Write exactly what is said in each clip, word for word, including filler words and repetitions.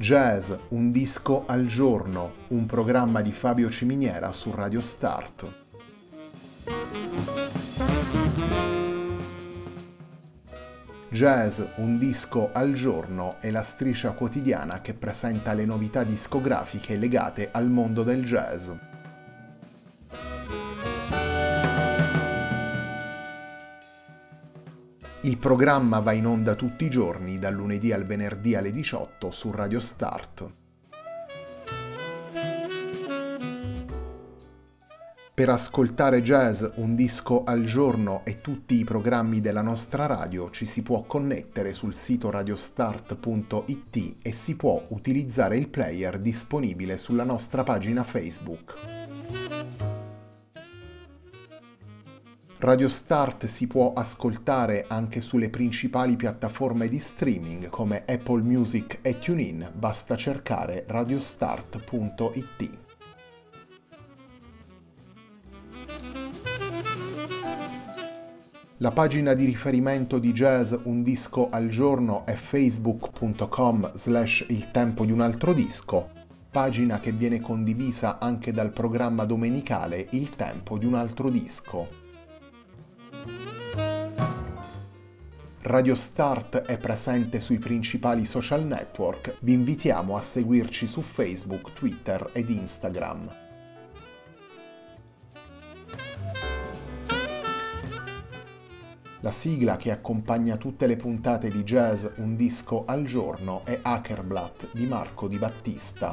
Jazz, un disco al giorno, un programma di Fabio Ciminiera su Radio Start. Jazz, un disco al giorno è la striscia quotidiana che presenta le novità discografiche legate al mondo del jazz. Il programma va in onda tutti i giorni, dal lunedì al venerdì alle diciotto su Radio Start. Per ascoltare Jazz, un disco al giorno e tutti i programmi della nostra radio ci si può connettere sul sito radiostart punto it e si può utilizzare il player disponibile sulla nostra pagina Facebook. Radio Start si può ascoltare anche sulle principali piattaforme di streaming come Apple Music e TuneIn, basta cercare radiostart punto it. La pagina di riferimento di Jazz Un Disco al Giorno è facebook punto com slash il tempo di un altro disco, pagina che viene condivisa anche dal programma domenicale Il tempo di un altro disco. Radio Start è presente sui principali social network, vi invitiamo a seguirci su Facebook, Twitter ed Instagram. La sigla che accompagna tutte le puntate di Jazz Un Disco al Giorno è Hackerblatt di Marco Di Battista.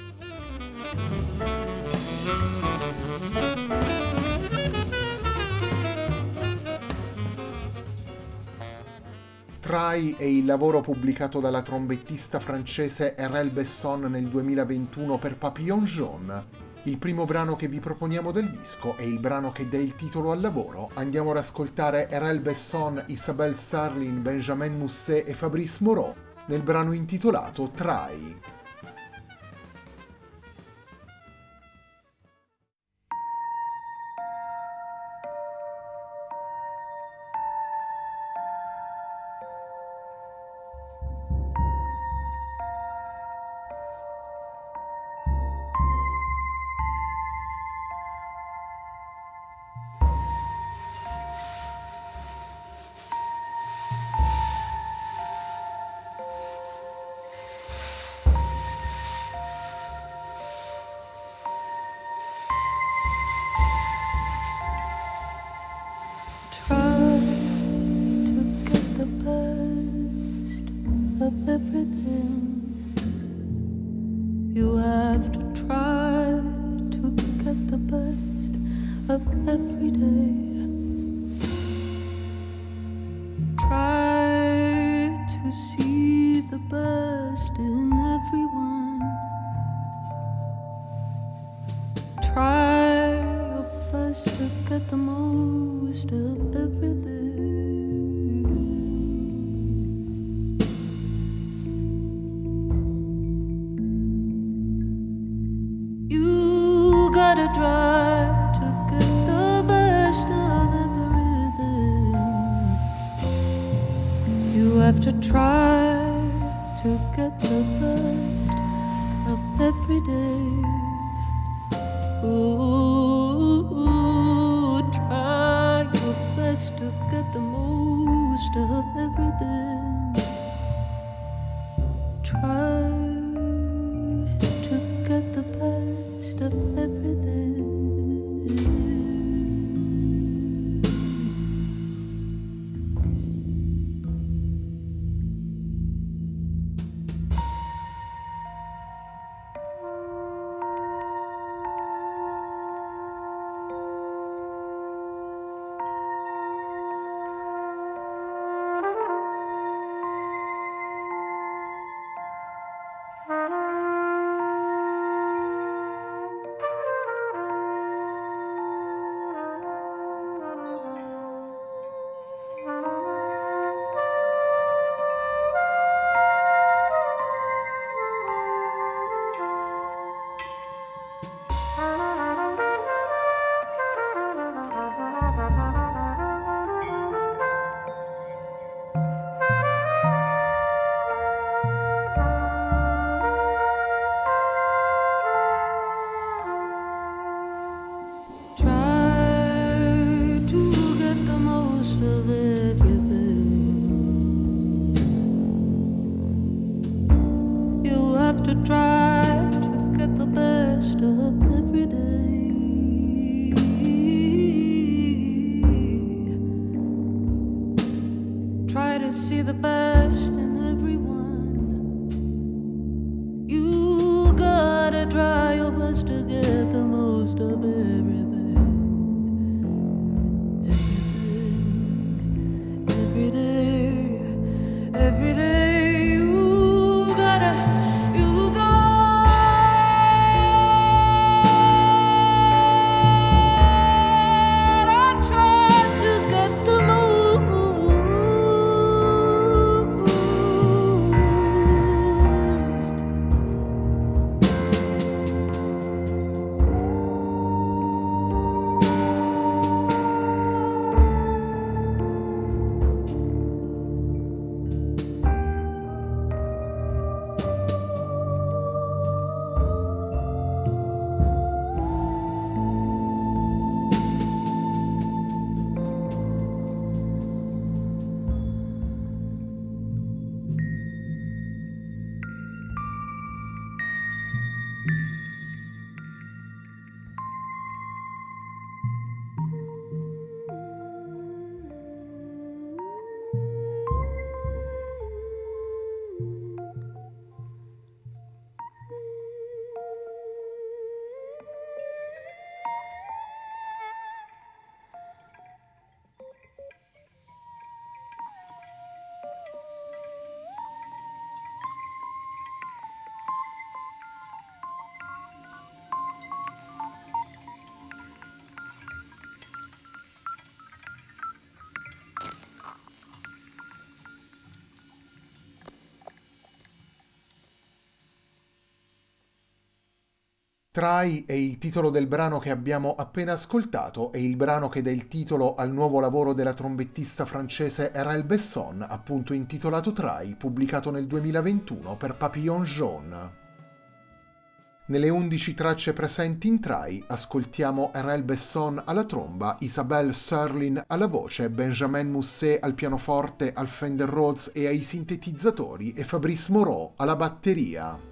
Try è il lavoro pubblicato dalla trombettista francese Erel Besson nel duemilaventuno per Papillon Jaune. Il primo brano che vi proponiamo del disco è il brano che dà il titolo al lavoro. Andiamo ad ascoltare Erel Besson, Isabelle Sarlin, Benjamin Musset e Fabrice Moreau nel brano intitolato Try. You have to try to get the best of every day. Try to see the best in everyone. Try your best to get the most of everything. Gotta try to get the best of everything. You have to try to get the best of every day. Ooh, try your best to get the most of everything. Try to get the best of everything. to try to get the best of every day. Try to see the best in everyone. You gotta try your best to get the most of everything. Everything, every day, every day. You gotta, you gotta try to get the most. Try è il titolo del brano che abbiamo appena ascoltato e il brano che dà il titolo al nuovo lavoro della trombettista francese Erel Besson, appunto intitolato Try, pubblicato nel duemilaventuno per Papillon Jaune. Nelle undici tracce presenti in Try ascoltiamo Erel Besson alla tromba, Isabelle Serlin alla voce, Benjamin Mousset al pianoforte, al Fender Rhodes e ai sintetizzatori e Fabrice Moreau alla batteria.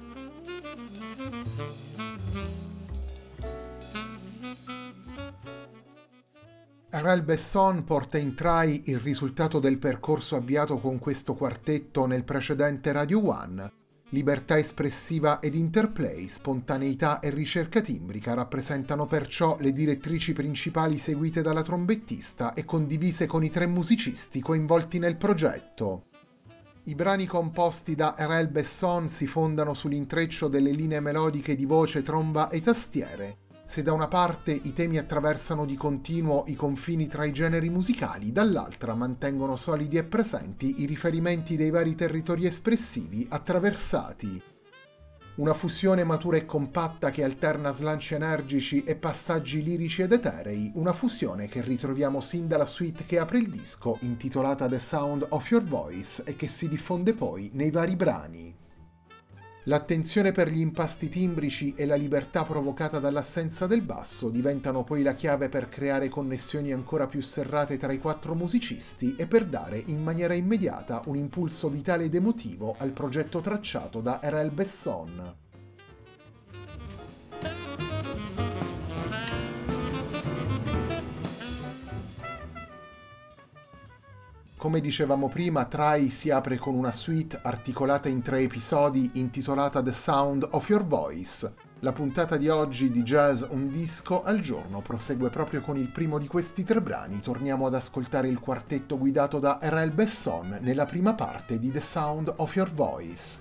Erel Besson porta in Try il risultato del percorso avviato con questo quartetto nel precedente Radio One. Libertà espressiva ed interplay, spontaneità e ricerca timbrica rappresentano perciò le direttrici principali seguite dalla trombettista e condivise con i tre musicisti coinvolti nel progetto. I brani composti da Erel Besson si fondano sull'intreccio delle linee melodiche di voce, tromba e tastiere. Se da una parte i temi attraversano di continuo i confini tra i generi musicali, dall'altra mantengono solidi e presenti i riferimenti dei vari territori espressivi attraversati. Una fusione matura e compatta che alterna slanci energici e passaggi lirici ed eterei, una fusione che ritroviamo sin dalla suite che apre il disco, intitolata The Sound of Your Voice, e che si diffonde poi nei vari brani. L'attenzione per gli impasti timbrici e la libertà provocata dall'assenza del basso diventano poi la chiave per creare connessioni ancora più serrate tra i quattro musicisti e per dare in maniera immediata un impulso vitale ed emotivo al progetto tracciato da Erel Besson. Come dicevamo prima, Try si apre con una suite articolata in tre episodi intitolata The Sound of Your Voice. La puntata di oggi di Jazz Un Disco al Giorno prosegue proprio con il primo di questi tre brani. Torniamo ad ascoltare il quartetto guidato da Erel Besson nella prima parte di The Sound of Your Voice.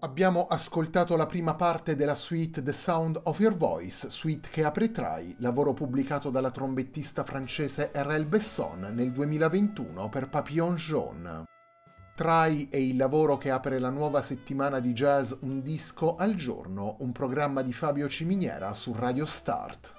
Abbiamo ascoltato la prima parte della suite The Sound of Your Voice, suite che apre Try, lavoro pubblicato dalla trombettista francese R L Besson nel duemilaventuno per Papillon Jaune. Try è il lavoro che apre la nuova settimana di jazz Un disco al giorno, un programma di Fabio Ciminiera su Radio Start.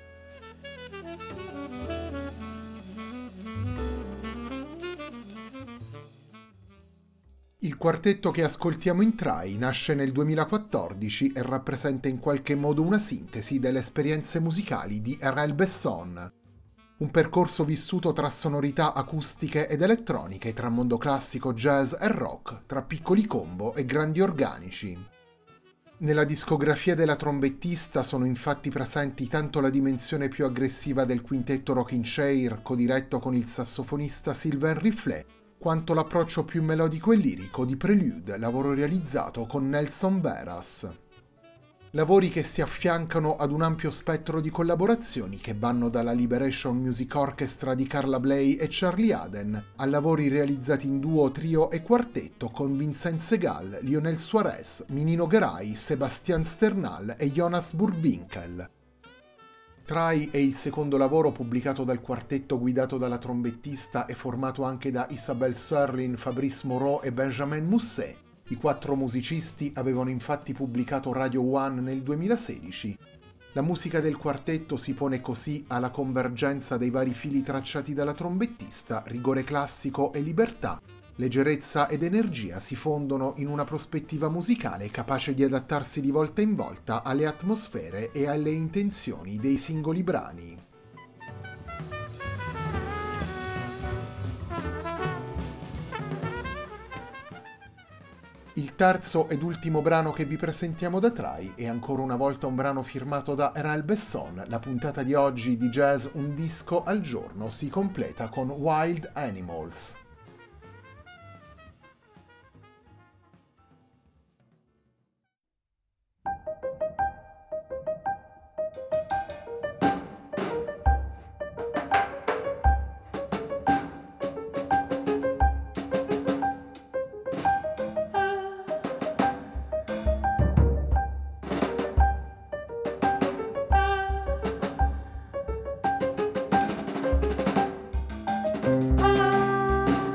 Il quartetto che ascoltiamo in Try nasce nel duemilaquattordici e rappresenta in qualche modo una sintesi delle esperienze musicali di R L Besson. Un percorso vissuto tra sonorità acustiche ed elettroniche, tra mondo classico, jazz e rock, tra piccoli combo e grandi organici. Nella discografia della trombettista sono infatti presenti tanto la dimensione più aggressiva del quintetto Rocking Chair, codiretto con il sassofonista Sylvain Riflet, quanto l'approccio più melodico e lirico di Prelude, lavoro realizzato con Nelson Veras. Lavori che si affiancano ad un ampio spettro di collaborazioni che vanno dalla Liberation Music Orchestra di Carla Bley e Charlie Haden a lavori realizzati in duo, trio e quartetto con Vincent Segal, Lionel Suarez, Minino Garay, Sebastian Sternal e Jonas Burwinkel. Try è il secondo lavoro pubblicato dal quartetto guidato dalla trombettista e formato anche da Isabelle Serlin, Fabrice Moreau e Benjamin Musset. I quattro musicisti avevano infatti pubblicato Radio One nel duemilasedici. La musica del quartetto si pone così alla convergenza dei vari fili tracciati dalla trombettista, rigore classico e libertà. Leggerezza ed energia si fondono in una prospettiva musicale capace di adattarsi di volta in volta alle atmosfere e alle intenzioni dei singoli brani. Il terzo ed ultimo brano che vi presentiamo da Try è ancora una volta un brano firmato da R L Besson. La puntata di oggi di Jazz Un disco al giorno si completa con Wild Animals. Ah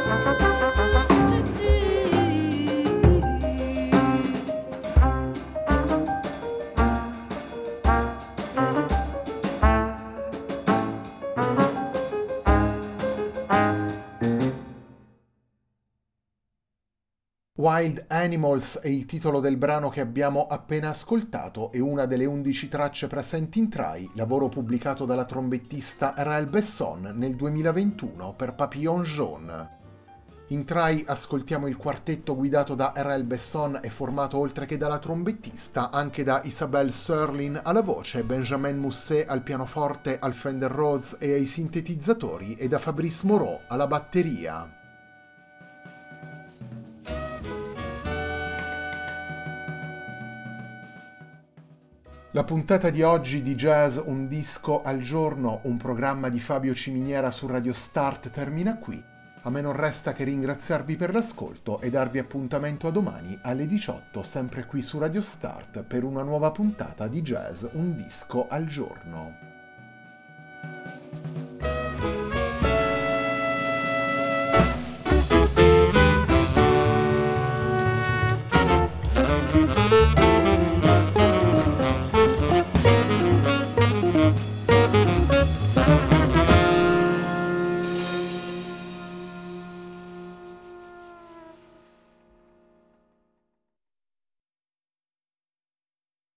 Wild Animals è il titolo del brano che abbiamo appena ascoltato e una delle undici tracce presenti in Try, lavoro pubblicato dalla trombettista Arel Besson nel duemilaventuno per Papillon Jaune. In Try ascoltiamo il quartetto guidato da Arel Besson e formato oltre che dalla trombettista anche da Isabelle Serlin alla voce, Benjamin Mousset al pianoforte, al Fender Rhodes e ai sintetizzatori e da Fabrice Moreau alla batteria. La puntata di oggi di Jazz Un Disco al Giorno, un programma di Fabio Ciminiera su Radio Start, termina qui. A me non resta che ringraziarvi per l'ascolto e darvi appuntamento a domani alle diciotto, sempre qui su Radio Start, per una nuova puntata di Jazz Un Disco al Giorno.